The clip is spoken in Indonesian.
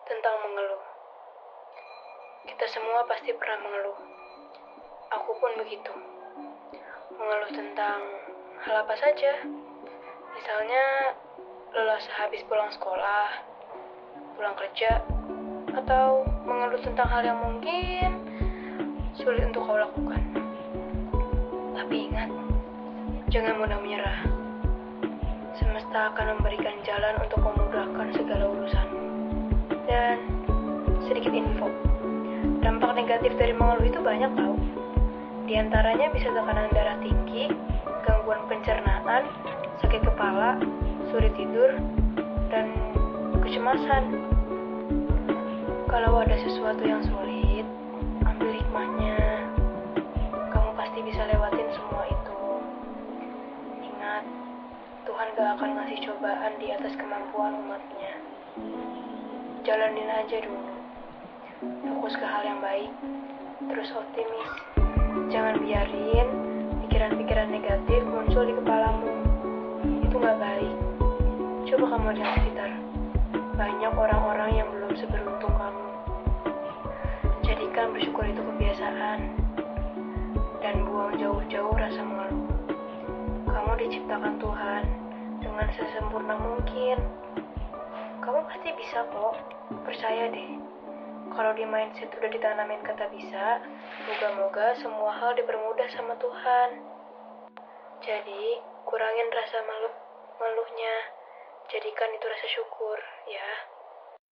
Tentang mengeluh. Kita semua pasti pernah mengeluh. Aku pun begitu. Mengeluh tentang hal apa saja. Misalnya lelah sehabis pulang sekolah, pulang kerja, atau mengeluh tentang hal yang mungkin sulit untuk kau lakukan. Tapi ingat, jangan mudah menyerah. Semesta akan memberikan jalan untuk memudahkan segala urusanmu. Dan sedikit info, dampak negatif dari mengeluh itu banyak tau. Di antaranya bisa tekanan darah tinggi, gangguan pencernaan, sakit kepala, sulit tidur, dan kecemasan. Kalau ada sesuatu yang sulit, ambil hikmahnya. Kamu pasti bisa lewatin semua itu. Ingat, Tuhan gak akan ngasih cobaan di atas kemampuan umatnya. Jalanin aja dulu. Fokus ke hal yang baik. Terus optimis. Jangan biarin pikiran-pikiran negatif muncul di kepalamu. Itu gak baik. Coba kamu lihat sekitar. Banyak orang-orang yang belum seberuntung kamu. Jadikan bersyukur itu kebiasaan. Dan buang jauh-jauh rasa mengeluh. Kamu diciptakan Tuhan dengan sesempurna mungkin. Kamu pasti bisa kok. Percaya deh. Kalau di mindset udah ditanamin kata bisa, moga-moga semua hal dipermudah sama Tuhan. Jadi, kurangin rasa mengeluhnya. Jadikan itu rasa syukur, ya.